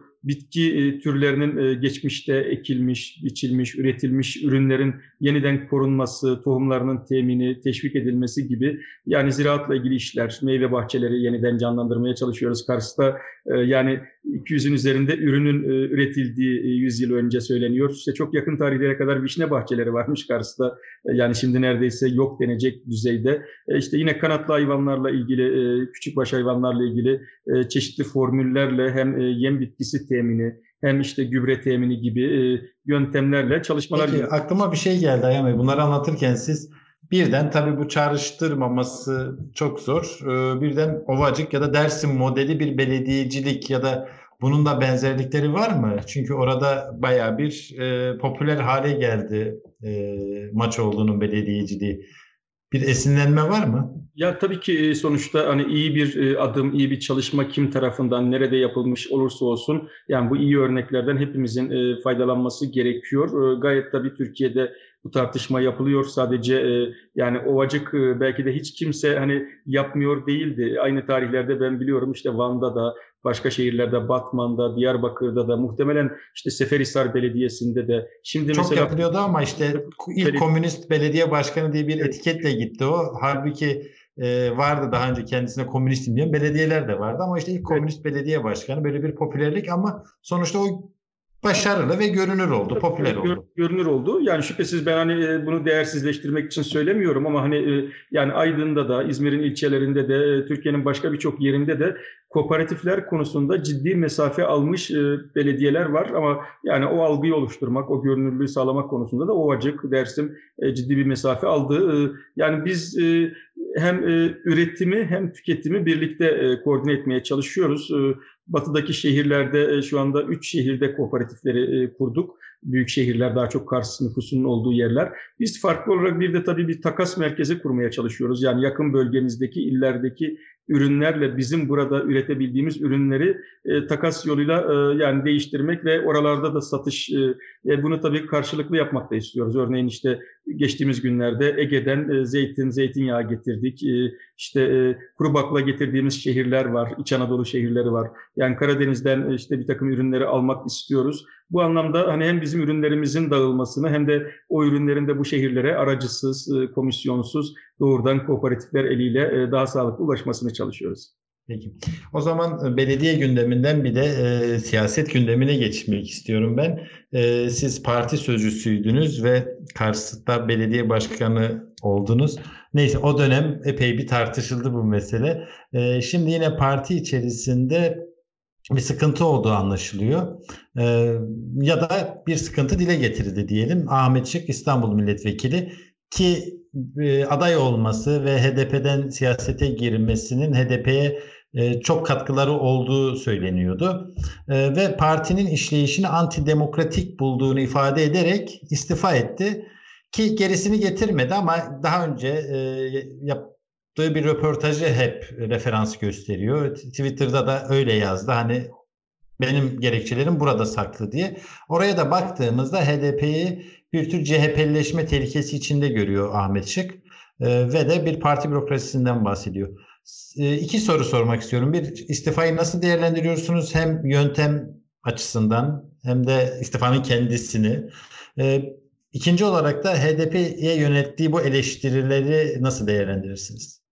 [SPEAKER 1] bitki türlerinin geçmişte ekilmiş, biçilmiş, üretilmiş ürünlerin yeniden korunması, tohumlarının temini, teşvik edilmesi gibi yani ziraatla ilgili işler, meyve bahçeleri yeniden canlandırmaya çalışıyoruz. Kars'ta yani iki yüzün üzerinde ürünün üretildiği yüz yıl önce söyleniyor. İşte çok yakın tarihlere kadar vişne bahçeleri varmış Kars'ta. Yani şimdi neredeyse yok denecek düzeyde. İşte yine kanatlı hayvanlarla ilgili, küçükbaş hayvanlarla ilgili çeşitli formüllerle hem yem bitkisi temini hem işte gübre temini gibi e, yöntemlerle çalışmalar
[SPEAKER 3] Peki
[SPEAKER 1] yapıyoruz.
[SPEAKER 3] aklıma bir şey geldi Ayhan Bey. Bunları anlatırken siz birden tabii bu çağrıştırmaması çok zor. Ee, birden Ovacık ya da Dersim modeli bir belediyecilik ya da bunun da benzerlikleri var mı? Çünkü orada bayağı bir e, popüler hale geldi e, Maçoğlu'nun belediyeciliği. Bir esinlenme var mı?
[SPEAKER 1] Ya tabii ki sonuçta hani iyi bir adım, iyi bir çalışma kim tarafından, nerede yapılmış olursa olsun yani bu iyi örneklerden hepimizin faydalanması gerekiyor. Gayet tabii Türkiye'de bu tartışma yapılıyor. Sadece yani Ovacık belki de hiç kimse hani yapmıyor değildi. Aynı tarihlerde ben biliyorum işte Van'da da, başka şehirlerde, Batman'da, Diyarbakır'da da, muhtemelen işte Seferihisar Belediyesi'nde de. Şimdi
[SPEAKER 3] Çok
[SPEAKER 1] mesela
[SPEAKER 3] yapılıyordu ama işte ilk komünist belediye başkanı diye bir etiketle gitti o. Halbuki e, vardı daha önce kendisine komünistim diyen belediyeler de vardı ama işte ilk komünist belediye başkanı böyle bir popülerlik ama sonuçta o başarılı ve görünür oldu, popüler
[SPEAKER 1] Gör-
[SPEAKER 3] oldu.
[SPEAKER 1] görünür oldu. Yani şüphesiz ben hani e, bunu değersizleştirmek için söylemiyorum ama hani e, yani Aydın'da da, İzmir'in ilçelerinde de, e, Türkiye'nin başka birçok yerinde de kooperatifler konusunda ciddi mesafe almış e, belediyeler var ama yani o algıyı oluşturmak, o görünürlüğü sağlamak konusunda da Ovacık, Dersim e, ciddi bir mesafe aldı. E, yani biz e, hem e, üretimi hem tüketimi birlikte e, koordine etmeye çalışıyoruz. E, Batıdaki şehirlerde e, şu anda üç şehirde kooperatifleri e, kurduk. Büyük şehirler, daha çok Kars nüfusunun olduğu yerler. Biz farklı olarak bir de tabii bir takas merkezi kurmaya çalışıyoruz. Yani yakın bölgemizdeki illerdeki ürünlerle bizim burada üretebildiğimiz ürünleri e, takas yoluyla e, yani değiştirmek ve oralarda da satış e, e, bunu tabii karşılıklı yapmak da istiyoruz. Örneğin işte geçtiğimiz günlerde Ege'den e, zeytin, zeytinyağı getirdik. E, işte e, kuru bakla getirdiğimiz şehirler var, İç Anadolu şehirleri var. Yani Karadeniz'den işte bir takım ürünleri almak istiyoruz. Bu anlamda hani hem bizim ürünlerimizin dağılmasını hem de o ürünlerin de bu şehirlere aracısız, e, komisyonsuz, doğrudan kooperatifler eliyle e, daha sağlıklı ulaşmasını çalışıyoruz.
[SPEAKER 3] Peki. O zaman e, belediye gündeminden bir de e, siyaset gündemine geçmek istiyorum ben. E, siz parti sözcüsüydünüz ve Kars'ta belediye başkanı oldunuz. Neyse o dönem epey bir tartışıldı bu mesele. E, şimdi yine parti içerisinde bir sıkıntı olduğu anlaşılıyor. E, ya da bir sıkıntı dile getirildi diyelim. Ahmet Şık İstanbul Milletvekili ki e, aday olması ve H D P'den siyasete girmesinin H D P'ye e, çok katkıları olduğu söyleniyordu. E, ve partinin işleyişini antidemokratik bulduğunu ifade ederek istifa etti. Ki gerisini getirmedi ama daha önce e, yaptığı bir röportajı hep referans gösteriyor. Twitter'da da öyle yazdı. Hani benim gerekçelerim burada saklı diye. Oraya da baktığımızda H D P'yi bir tür C H P'lileşme tehlikesi içinde görüyor Ahmet Şık e, ve de bir parti bürokrasisinden bahsediyor. E, iki soru sormak istiyorum. Bir, istifayı nasıl değerlendiriyorsunuz? Hem yöntem açısından hem de istifanın kendisini. E, ikinci olarak da H D P'ye yönettiği bu eleştirileri nasıl değerlendirirsiniz?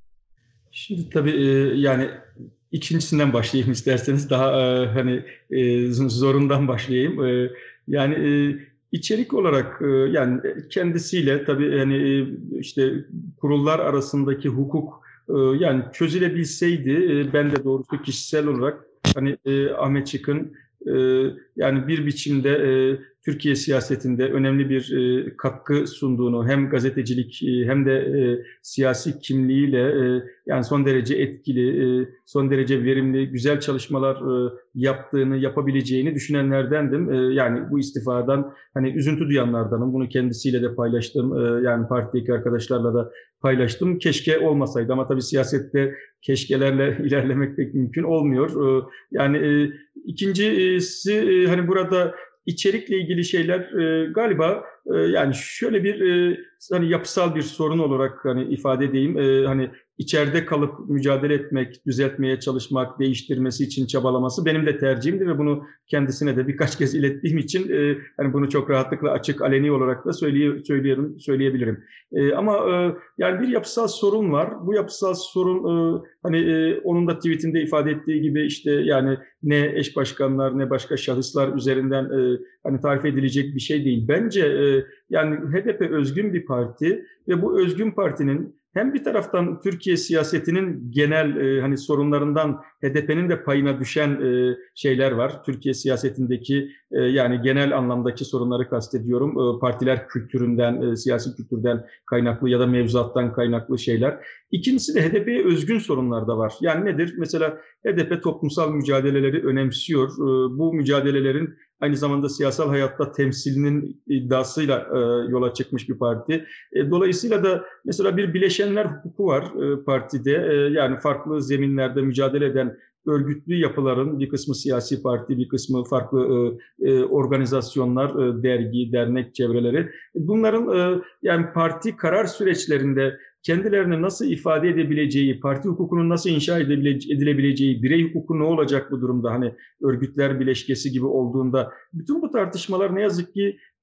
[SPEAKER 1] Şimdi tabii e, yani ikincisinden başlayayım isterseniz daha e, hani e, zorundan başlayayım. E, yani e, içerik olarak e, yani kendisiyle tabii hani e, işte kurullar arasındaki hukuk e, yani çözülebilseydi e, ben de doğrusu kişisel olarak hani e, Ahmet Çık'ın e, yani bir biçimde e, Türkiye siyasetinde önemli bir e, katkı sunduğunu hem gazetecilik e, hem de e, siyasi kimliğiyle e, yani son derece etkili, e, son derece verimli, güzel çalışmalar e, yaptığını, yapabileceğini düşünenlerdendim. E, yani bu istifadan hani üzüntü duyanlardanım. Bunu kendisiyle de paylaştım. E, yani partideki arkadaşlarla da paylaştım. Keşke olmasaydı ama tabii siyasette keşkelerle ilerlemek pek mümkün olmuyor. E, yani e, ikincisi e, hani burada içerikle ilgili şeyler e, galiba e, yani şöyle bir e, hani yapısal bir sorun olarak hani ifade edeyim. E, hani içeride kalıp mücadele etmek, düzeltmeye çalışmak, değiştirmesi için çabalaması benim de tercihimdi ve bunu kendisine de birkaç kez ilettiğim için e, hani bunu çok rahatlıkla açık, aleni olarak da söyleye, söyleyelim, söyleyebilirim. E, ama e, yani bir yapısal sorun var. Bu yapısal sorun e, hani e, onun da tweetinde ifade ettiği gibi işte yani ne eş başkanlar ne başka şahıslar üzerinden e, hani tarif edilecek bir şey değil. Bence e, yani H D P özgün bir parti ve bu özgün partinin hem bir taraftan Türkiye siyasetinin genel e, hani sorunlarından H D P'nin de payına düşen e, şeyler var. Türkiye siyasetindeki e, yani genel anlamdaki sorunları kastediyorum. E, partiler kültüründen, e, siyasi kültürden kaynaklı ya da mevzuattan kaynaklı şeyler. İkincisi de H D P'ye özgün sorunlar da var. Yani nedir? Mesela H D P toplumsal mücadeleleri önemsiyor. E, bu mücadelelerin aynı zamanda siyasal hayatta temsilinin iddiasıyla e, yola çıkmış bir parti. E, dolayısıyla da mesela bir bileşenler hukuku var e, partide. E, yani farklı zeminlerde mücadele eden örgütlü yapıların bir kısmı siyasi parti, bir kısmı farklı e, e, organizasyonlar, e, dergi, dernek çevreleri. Bunların e, yani parti karar süreçlerinde kendilerini nasıl ifade edebileceği, parti hukukunun nasıl inşa edilebileceği, birey hukuku ne olacak bu durumda hani örgütler bileşkesi gibi olduğunda bütün bu tartışmalar ne yazık ki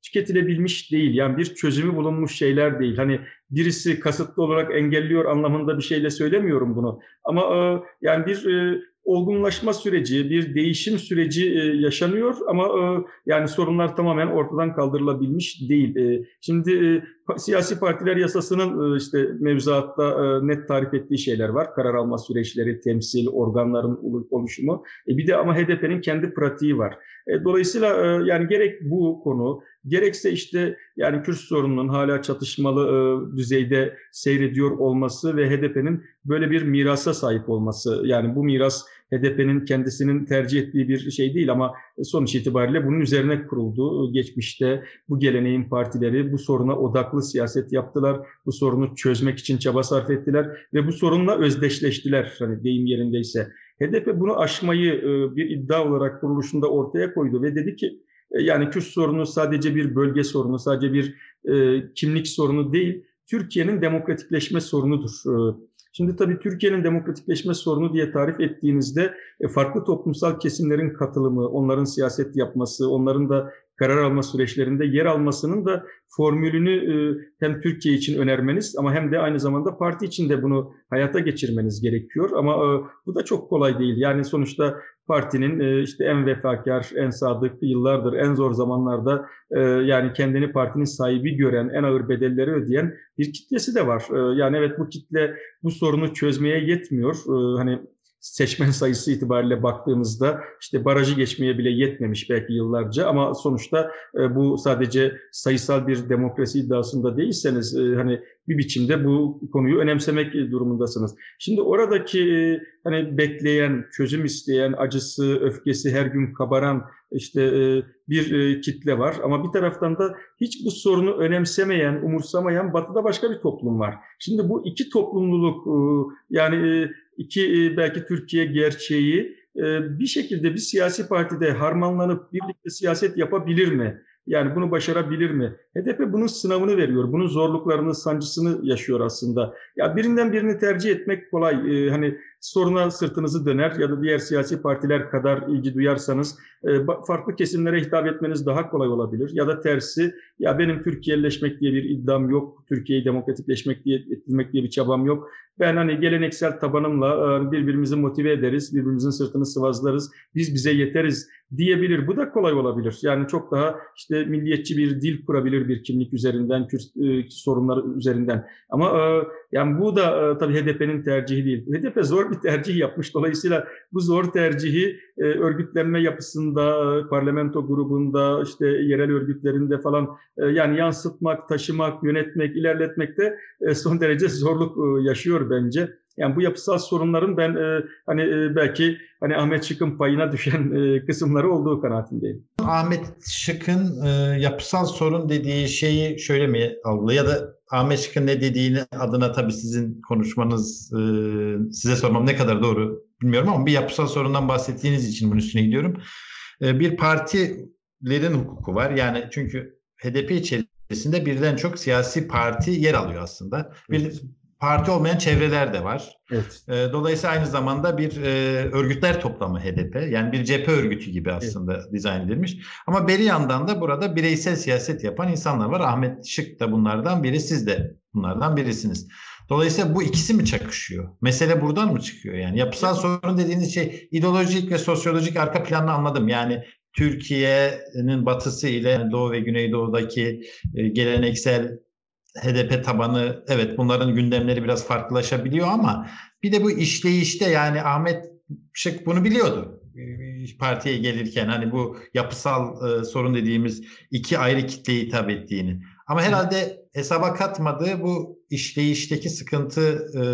[SPEAKER 1] tüketilebilmiş değil. Yani bir çözümü bulunmuş şeyler değil. Hani birisi kasıtlı olarak engelliyor anlamında bir şeyle söylemiyorum bunu. Ama e, yani bir e, olgunlaşma süreci, bir değişim süreci e, yaşanıyor ama e, yani sorunlar tamamen ortadan kaldırılabilmiş değil. E, şimdi e, siyasi partiler yasasının e, işte mevzuatta e, net tarif ettiği şeyler var. Karar alma süreçleri, temsil, organların oluşumu. E, bir de ama H D P'nin kendi pratiği var. E, dolayısıyla e, yani gerek bu konu, gerekse işte yani Kürt sorununun hala çatışmalı e, düzeyde seyrediyor olması ve H D P'nin böyle bir mirasa sahip olması. Yani bu miras H D P'nin kendisinin tercih ettiği bir şey değil ama sonuç itibariyle bunun üzerine kuruldu. Geçmişte bu geleneğin partileri bu soruna odaklı siyaset yaptılar. Bu sorunu çözmek için çaba sarf ettiler ve bu sorunla özdeşleştiler. Hani deyim yerindeyse. H D P bunu aşmayı e, bir iddia olarak kuruluşunda ortaya koydu ve dedi ki e, yani Kürt sorunu sadece bir bölge sorunu, sadece bir e, kimlik sorunu değil, Türkiye'nin demokratikleşme sorunudur. E, Şimdi tabii Türkiye'nin demokratikleşme sorunu diye tarif ettiğinizde e, farklı toplumsal kesimlerin katılımı, onların siyaset yapması, onların da karar alma süreçlerinde yer almasının da formülünü e, hem Türkiye için önermeniz ama hem de aynı zamanda parti için de bunu hayata geçirmeniz gerekiyor. Ama e, bu da çok kolay değil. Yani sonuçta partinin e, işte en vefakar, en sadık, yıllardır en zor zamanlarda e, yani kendini partinin sahibi gören, en ağır bedelleri ödeyen bir kitlesi de var. E, yani evet bu kitle bu sorunu çözmeye yetmiyor. E, hani seçmen sayısı itibariyle baktığımızda işte barajı geçmeye bile yetmemiş belki yıllarca ama sonuçta e, bu sadece sayısal bir demokrasi iddiasında değilseniz e, hani bir biçimde bu konuyu önemsemek durumundasınız. Şimdi oradaki e, hani bekleyen, çözüm isteyen, acısı, öfkesi her gün kabaran işte e, bir e, kitle var ama bir taraftan da hiç bu sorunu önemsemeyen, umursamayan Batı'da başka bir toplum var. Şimdi bu iki toplumluluk e, yani e, iki belki Türkiye gerçeği bir şekilde bir siyasi partide harmanlanıp birlikte siyaset yapabilir mi? Yani bunu başarabilir mi? H D P bunun sınavını veriyor. Bunun zorluklarını, sancısını yaşıyor aslında. Ya birinden birini tercih etmek kolay. Ee, hani soruna sırtınızı döner ya da diğer siyasi partiler kadar ilgi duyarsanız e, farklı kesimlere hitap etmeniz daha kolay olabilir. Ya da tersi, ya benim Türkiye'leşmek diye bir iddiam yok. Türkiye'yi demokratikleşmek diye, ettirmek diye bir çabam yok. Ben hani geleneksel tabanımla birbirimizi motive ederiz, birbirimizin sırtını sıvazlarız, biz bize yeteriz diyebilir. Bu da kolay olabilir. Yani çok daha işte milliyetçi bir dil kurabilir bir kimlik üzerinden, Kürt e, sorunları üzerinden. Ama e, yani bu da e, tabii H D P'nin tercihi değil. H D P zor bir tercih yapmış. Dolayısıyla bu zor tercihi e, örgütlenme yapısında, e, parlamento grubunda, işte yerel örgütlerinde falan e, yani yansıtmak, taşımak, yönetmek, ilerletmekte e, son derece zorluk e, yaşıyor bence. Yani bu yapısal sorunların ben e, hani e, belki hani Ahmet Şık'ın payına düşen e, kısımları olduğu kanaatindeyim.
[SPEAKER 3] Ahmet Şık'ın e, yapısal sorun dediği şeyi şöyle mi algılıyor ya da Ahmet Şık'ın ne dediğini adına tabii sizin konuşmanız e, size sormam ne kadar doğru bilmiyorum ama bir yapısal sorundan bahsettiğiniz için bunun üstüne gidiyorum. E, bir partilerin hukuku var yani çünkü H D P içerisinde birden çok siyasi parti yer alıyor aslında. Bir evet. Parti olmayan çevreler de var. Evet. Dolayısıyla aynı zamanda bir e, örgütler toplamı H D P. Yani bir cephe örgütü gibi aslında evet. dizayn edilmiş. Ama bir yandan da burada bireysel siyaset yapan insanlar var. Ahmet Şık da bunlardan biri, siz de bunlardan birisiniz. Dolayısıyla bu ikisi mi çakışıyor? Mesele buradan mı çıkıyor? Yani yapısal sorun dediğiniz şey ideolojik ve sosyolojik arka planını anladım. Yani Türkiye'nin batısı ile Doğu ve Güneydoğu'daki e, geleneksel H D P tabanı, evet bunların gündemleri biraz farklılaşabiliyor ama bir de bu işleyişte yani Ahmet Şık bunu biliyordu partiye gelirken hani bu yapısal e, sorun dediğimiz iki ayrı kitleye hitap ettiğini. Ama herhalde hesaba katmadığı bu işleyişteki sıkıntı e,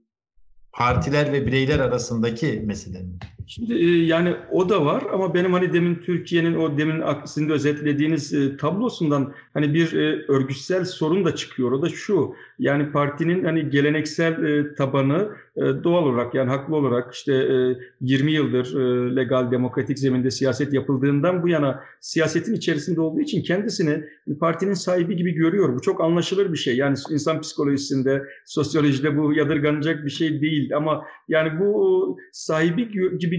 [SPEAKER 3] partiler ve bireyler arasındaki mesele.
[SPEAKER 1] Şimdi e, yani o da var ama benim hani demin Türkiye'nin o demin aksinde özetlediğiniz e, tablosundan hani bir e, örgütsel sorun da çıkıyor. O da şu, yani partinin hani geleneksel e, tabanı e, doğal olarak yani haklı olarak işte e, yirmi yıldır e, legal demokratik zeminde siyaset yapıldığından bu yana siyasetin içerisinde olduğu için kendisini partinin sahibi gibi görüyor. Bu çok anlaşılır bir şey. Yani insan psikolojisinde, sosyolojide bu yadırganacak bir şey değil ama yani bu sahibi gibi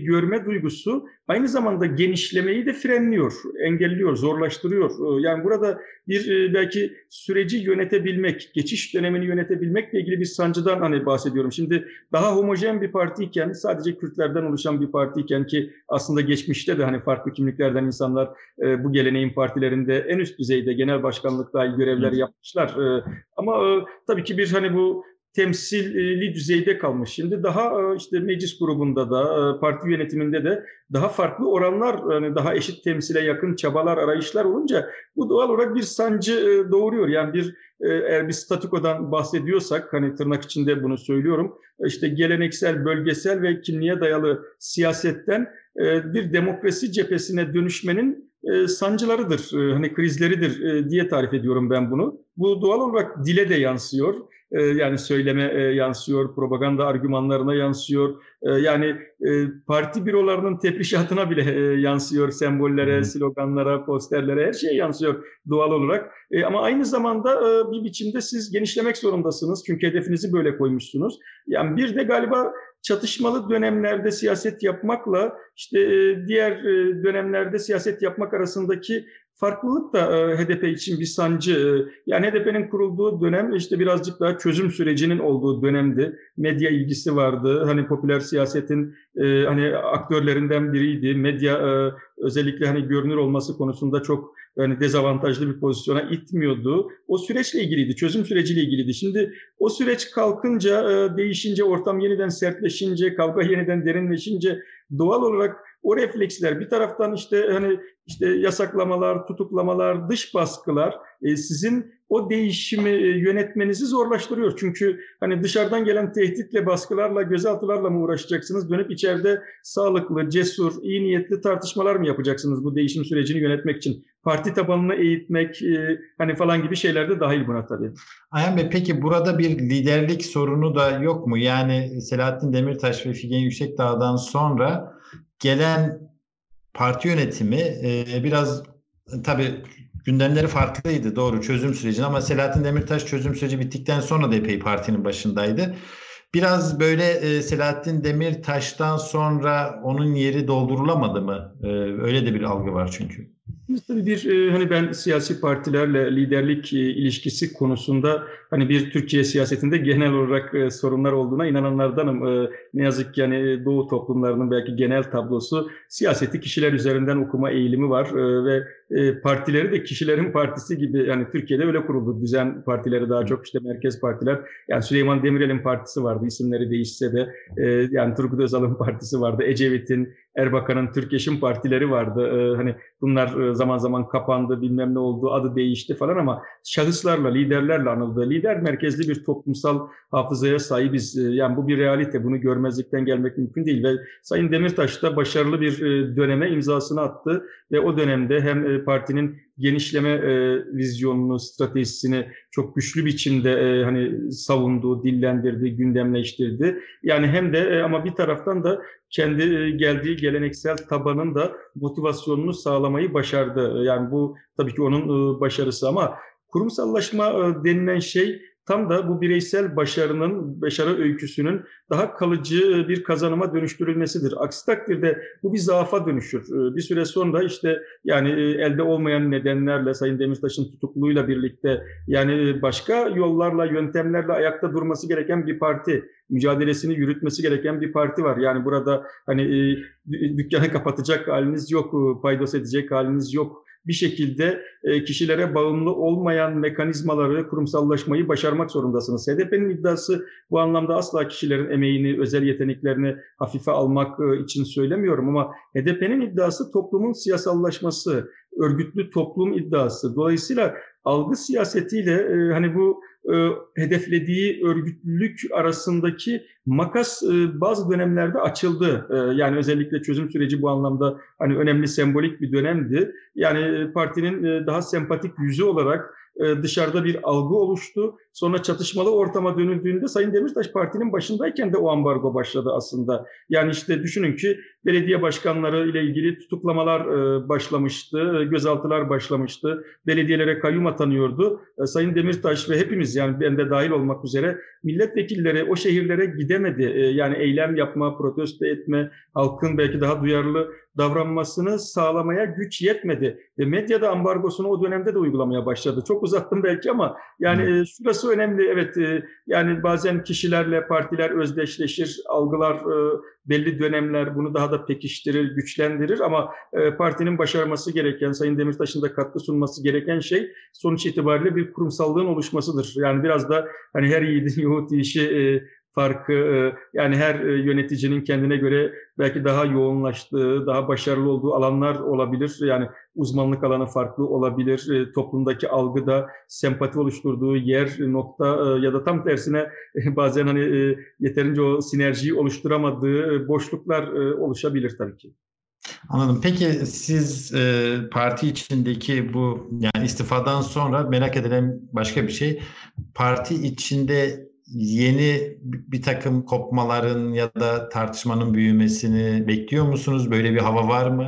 [SPEAKER 1] şeyi görme duygusu aynı zamanda genişlemeyi de frenliyor, engelliyor, zorlaştırıyor. Yani burada bir belki süreci yönetebilmek, geçiş dönemini yönetebilmekle ilgili bir sancıdan hani bahsediyorum. Şimdi daha homojen bir partiyken, sadece Kürtlerden oluşan bir partiyken ki aslında geçmişte de hani farklı kimliklerden insanlar e, bu geleneğin partilerinde en üst düzeyde genel başkanlıkta görevler yapmışlar. E, ama e, tabii ki bir hani bu temsili düzeyde kalmış. Şimdi daha işte meclis grubunda da parti yönetiminde de daha farklı oranlar, yani daha eşit temsile yakın çabalar, arayışlar olunca bu doğal olarak bir sancı doğuruyor. Yani bir eğer bir statükodan bahsediyorsak, hani tırnak içinde bunu söylüyorum, işte geleneksel, bölgesel ve kimliğe dayalı siyasetten bir demokrasi cephesine dönüşmenin sancılarıdır, hani krizleridir diye tarif ediyorum ben bunu. Bu doğal olarak dile de yansıyor. Yani söyleme yansıyor, propaganda argümanlarına yansıyor. Yani parti bürolarının tefrişatına bile yansıyor, sembollere, sloganlara, posterlere, her şeye yansıyor doğal olarak. Ama aynı zamanda bir biçimde siz genişlemek zorundasınız. Çünkü hedefinizi böyle koymuşsunuz. Yani bir de galiba çatışmalı dönemlerde siyaset yapmakla işte diğer dönemlerde siyaset yapmak arasındaki farklılık da H D P için bir sancı. Yani H D P'nin kurulduğu dönem işte birazcık daha çözüm sürecinin olduğu dönemdi. Medya ilgisi vardı. Hani popüler siyasetin e, hani aktörlerinden biriydi. Medya e, özellikle hani görünür olması konusunda çok yani dezavantajlı bir pozisyona itmiyordu. O süreçle ilgiliydi, çözüm süreciyle ilgiliydi. Şimdi o süreç kalkınca, e, değişince, ortam yeniden sertleşince, kavga yeniden derinleşince doğal olarak o refleksler bir taraftan işte hani işte yasaklamalar, tutuklamalar, dış baskılar e, sizin o değişimi e, yönetmenizi zorlaştırıyor. Çünkü hani dışarıdan gelen tehditle, baskılarla, gözaltılarla mı uğraşacaksınız? Dönüp içeride sağlıklı, cesur, iyi niyetli tartışmalar mı yapacaksınız bu değişim sürecini yönetmek için? Parti tabanını eğitmek e, hani falan gibi şeyler de dahil buna tabii.
[SPEAKER 3] Ayhan Bey, peki burada bir liderlik sorunu da yok mu? Yani Selahattin Demirtaş ve Figen Yüksekdağ'dan sonra gelen parti yönetimi e, biraz tabii gündemleri farklıydı, doğru, çözüm sürecinin, ama Selahattin Demirtaş çözüm süreci bittikten sonra da epey partinin başındaydı. Biraz böyle e, Selahattin Demirtaş'tan sonra onun yeri doldurulamadı mı? E, öyle de bir algı var çünkü.
[SPEAKER 1] Tabii bir hani ben siyasi partilerle liderlik ilişkisi konusunda hani bir Türkiye siyasetinde genel olarak sorunlar olduğuna inananlardanım. Ne yazık ki yani Doğu toplumlarının belki genel tablosu siyaseti kişiler üzerinden okuma eğilimi var ve partileri de kişilerin partisi gibi, yani Türkiye'de öyle kuruldu. Düzen partileri daha çok işte merkez partiler. Yani Süleyman Demirel'in partisi vardı, isimleri değişse de, yani Turgut Özal'ın partisi vardı, Ecevit'in, Erbakan'ın, Türkeş'in partileri vardı. Hani bunlar zaman zaman kapandı, bilmem ne oldu, adı değişti falan, ama şahıslarla, liderlerle anıldı. Lider merkezli bir toplumsal hafızaya sahibiz. Yani bu bir realite. Bunu görmezlikten gelmek mümkün değil. Ve Sayın Demirtaş da başarılı bir döneme imzasını attı ve o dönemde hem partinin genişleme e, vizyonunu, stratejisini çok güçlü biçimde e, hani savundu, dillendirdi, gündemleştirdi. Yani hem de e, ama bir taraftan da kendi e, geldiği geleneksel tabanın da motivasyonunu sağlamayı başardı. Yani bu tabii ki onun e, başarısı, ama kurumsallaşma e, denilen şey tam da bu bireysel başarının, başarı öyküsünün daha kalıcı bir kazanıma dönüştürülmesidir. Aksi takdirde bu bir zaafa dönüşür. Bir süre sonra işte yani elde olmayan nedenlerle, Sayın Demirtaş'ın tutukluluğuyla birlikte, yani başka yollarla, yöntemlerle ayakta durması gereken bir parti, mücadelesini yürütmesi gereken bir parti var. Yani burada hani dükkanı kapatacak haliniz yok, paydos edecek haliniz yok. Bir şekilde kişilere bağımlı olmayan mekanizmaları, kurumsallaşmayı başarmak zorundasınız. H D P'nin iddiası bu anlamda asla kişilerin emeğini, özel yeteneklerini hafife almak için söylemiyorum, ama H D P'nin iddiası toplumun siyasallaşması, örgütlü toplum iddiası. Dolayısıyla algı siyasetiyle e, hani bu e, hedeflediği örgütlülük arasındaki makas e, bazı dönemlerde açıldı. E, yani özellikle çözüm süreci bu anlamda hani önemli, sembolik bir dönemdi. Yani e, partinin e, daha sempatik yüzü olarak e, dışarıda bir algı oluştu. Sonra çatışmalı ortama dönüldüğünde Sayın Demirtaş partinin başındayken de o ambargo başladı aslında. Yani işte düşünün ki belediye başkanları ile ilgili tutuklamalar e, başlamıştı, gözaltılar başlamıştı, belediyelere kayyum atanıyordu. E, Sayın Demirtaş ve hepimiz, yani ben de dahil olmak üzere, milletvekilleri o şehirlere gidemedi. E, yani eylem yapma, protesto etme, halkın belki daha duyarlı davranmasını sağlamaya güç yetmedi. Ve medyada ambargosunu o dönemde de uygulamaya başladı. Çok uzattım belki ama yani e, şurası önemli. Evet, e, yani bazen kişilerle partiler özdeşleşir, algılar e, belli dönemler bunu daha da pekiştirir, güçlendirir ama e, partinin başarması gereken, Sayın Demirtaş'ın da katkı sunması gereken şey sonuç itibariyle bir kurumsallığın oluşmasıdır. Yani biraz da hani her yiğidin yoğurt yiyişi e, farkı, e, yani her e, yöneticinin kendine göre belki daha yoğunlaştığı, daha başarılı olduğu alanlar olabilir. Yani uzmanlık alanı farklı olabilir. E, toplumdaki algıda sempati oluşturduğu yer, nokta e, ya da tam tersine e, bazen hani e, yeterince o sinerjiyi oluşturamadığı e, boşluklar e, oluşabilir tabii ki.
[SPEAKER 3] Anladım. Peki siz e, parti içindeki bu, yani istifadan sonra merak edilen başka bir şey, parti içinde yeni bir takım kopmaların ya da tartışmanın büyümesini bekliyor musunuz? Böyle bir hava var mı?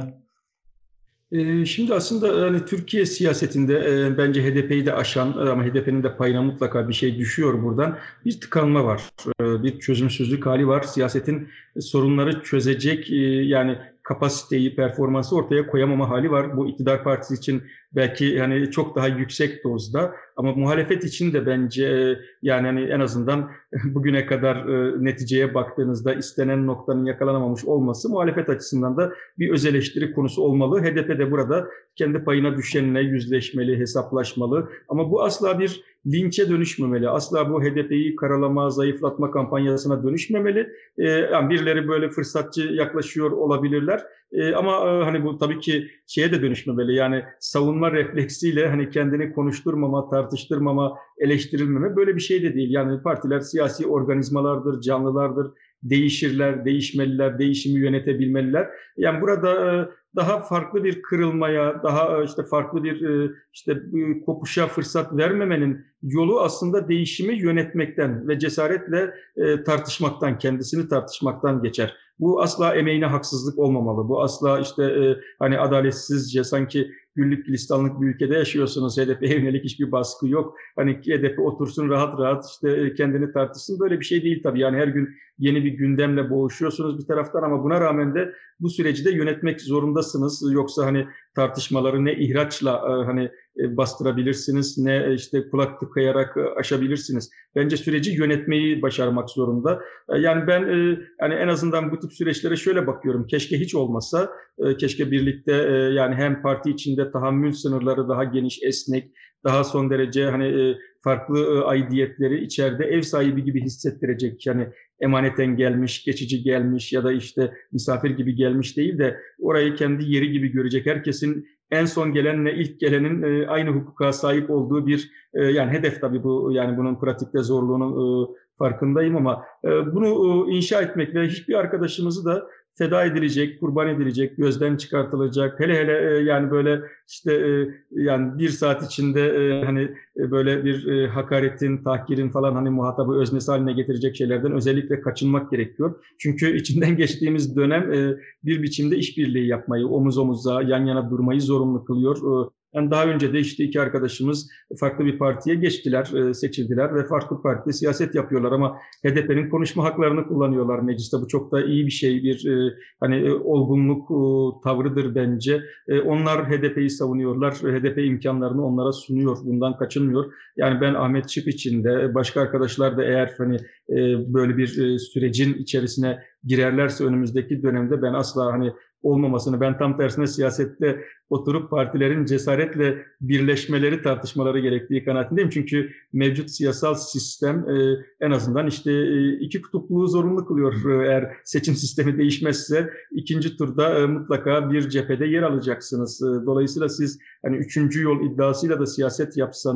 [SPEAKER 1] Ee, Şimdi aslında hani Türkiye siyasetinde e, bence H D P'yi de aşan e, ama H D P'nin de payına mutlaka bir şey düşüyor buradan. Bir tıkanma var, e, bir çözümsüzlük hali var. Siyasetin sorunları çözecek e, yani kapasiteyi, performansı ortaya koyamama hali var. Bu iktidar partisi için belki yani çok daha yüksek dozda ama muhalefet için de bence e, yani hani en azından bugüne kadar e, neticeye baktığınızda istenen noktanın yakalanamamış olması muhalefet açısından da bir öz eleştiri konusu olmalı. H D P de burada kendi payına düşenle yüzleşmeli, hesaplaşmalı. Ama bu asla bir linçe dönüşmemeli. Asla bu H D P'yi karalama, zayıflatma kampanyasına dönüşmemeli. Ee, yani birileri böyle fırsatçı yaklaşıyor olabilirler. Ee, ama e, hani bu tabii ki şeye de dönüşmemeli. Yani savunma refleksiyle hani kendini konuşturmama, tartıştırmama, eleştirilmeme böyle bir şey de değil. Yani partiler siyasi organizmalardır, canlılardır. Değişirler, değişmeliler, değişimi yönetebilmeliler. Yani burada e, daha farklı bir kırılmaya, daha e, işte farklı bir e, işte e, kopuşa fırsat vermemenin yolu aslında değişimi yönetmekten ve cesaretle e, tartışmaktan, kendisini tartışmaktan geçer. Bu asla emeğine haksızlık olmamalı. Bu asla işte e, hani adaletsizce sanki güllük gülistanlık bir ülkede yaşıyorsunuz. H D P'ye yönelik hiçbir baskı yok. Hani H D P otursun rahat rahat işte kendini tartışsın. Böyle bir şey değil tabii. Yani her gün yeni bir gündemle boğuşuyorsunuz bir taraftan ama buna rağmen de bu süreci de yönetmek zorundasınız. Yoksa hani tartışmaları ne ihraçla hani bastırabilirsiniz ne işte kulak tıkayarak aşabilirsiniz. Bence süreci yönetmeyi başarmak zorunda. Yani ben yani en azından bu tip süreçlere şöyle bakıyorum. Keşke hiç olmasa, keşke birlikte yani hem parti içinde tahammül sınırları daha geniş, esnek, daha son derece hani farklı aidiyetleri içeride ev sahibi gibi hissettirecek. Yani emaneten gelmiş, geçici gelmiş ya da işte misafir gibi gelmiş değil de orayı kendi yeri gibi görecek. Herkesin en son gelenle ilk gelenin aynı hukuka sahip olduğu bir yani hedef tabii bu, yani bunun pratikte zorluğunun farkındayım ama bunu inşa etmek ve hiçbir arkadaşımızı da feda edilecek, kurban edilecek, gözden çıkartılacak. Hele hele yani böyle işte yani bir saat içinde hani böyle bir hakaretin, tahkirin falan hani muhatabı öznesi haline getirecek şeylerden özellikle kaçınmak gerekiyor. Çünkü içinden geçtiğimiz dönem bir biçimde işbirliği yapmayı, omuz omuza, yan yana durmayı zorunlu kılıyor. Yani daha önce de işte iki arkadaşımız farklı bir partiye geçtiler, seçildiler ve farklı partide siyaset yapıyorlar ama H D P'nin konuşma haklarını kullanıyorlar mecliste. Bu çok da iyi bir şey, bir hani olgunluk tavrıdır bence. Onlar H D P'yi savunuyorlar, H D P imkanlarını onlara sunuyor, bundan kaçınmıyor. Yani ben Ahmet Şık için de başka arkadaşlar da eğer hani böyle bir sürecin içerisine girerlerse önümüzdeki dönemde ben asla hani olmamasını, ben tam tersine siyasette oturup partilerin cesaretle birleşmeleri, tartışmaları gerektiği kanaatindeyim. Çünkü mevcut siyasal sistem e, en azından işte e, iki kutupluğu zorunlu kılıyor. E, eğer seçim sistemi değişmezse ikinci turda e, mutlaka bir cephede yer alacaksınız. E, dolayısıyla siz hani üçüncü yol iddiasıyla da siyaset yapsanız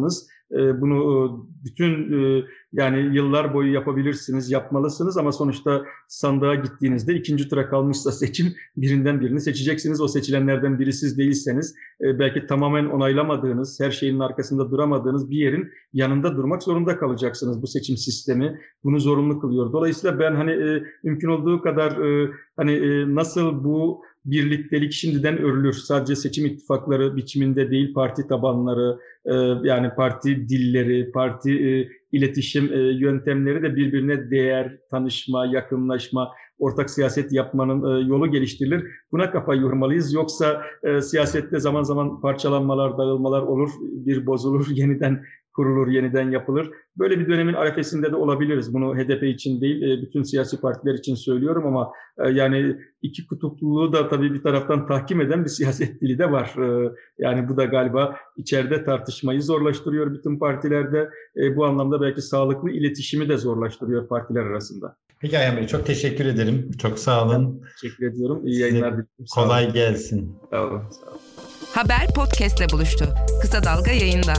[SPEAKER 1] e, bunu e, bütün e, yani yıllar boyu yapabilirsiniz, yapmalısınız ama sonuçta sandığa gittiğinizde ikinci tura kalmışsa seçim birinden birini seçeceksiniz. O seçilenlerden biri siz değilseniz e, belki tamamen onaylamadığınız, her şeyin arkasında duramadığınız bir yerin yanında durmak zorunda kalacaksınız. Bu seçim sistemi bunu zorunlu kılıyor. Dolayısıyla ben hani e, mümkün olduğu kadar e, hani e, nasıl bu birliktelik şimdiden örülür. Sadece seçim ittifakları biçiminde değil, parti tabanları, e, yani parti dilleri, parti e, iletişim e, yöntemleri de birbirine değer, tanışma, yakınlaşma, ortak siyaset yapmanın e, yolu geliştirilir. Buna kafa yormalıyız. Yoksa e, siyasette zaman zaman parçalanmalar, dağılmalar olur, bir bozulur, yeniden kurulur, yeniden yapılır. Böyle bir dönemin arefesinde de olabiliriz. Bunu H D P için değil, bütün siyasi partiler için söylüyorum ama yani iki kutupluluğu da tabii bir taraftan tahkim eden bir siyaset dili de var. Yani bu da galiba içeride tartışmayı zorlaştırıyor bütün partilerde. Bu anlamda belki sağlıklı iletişimi de zorlaştırıyor partiler arasında.
[SPEAKER 3] Peki Ayhan Bey, çok teşekkür ederim. Çok sağ olun.
[SPEAKER 1] Ben teşekkür ediyorum. İyi yayınlar dilerim.
[SPEAKER 3] Kolay gelsin.
[SPEAKER 1] Sağ olun. Sağ olun.
[SPEAKER 2] Haber podcastle buluştu. Kısa Dalga yayında.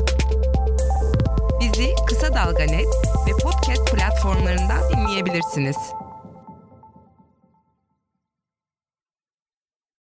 [SPEAKER 2] Bizi Kısa Dalga nokta net ve podcast platformlarından dinleyebilirsiniz.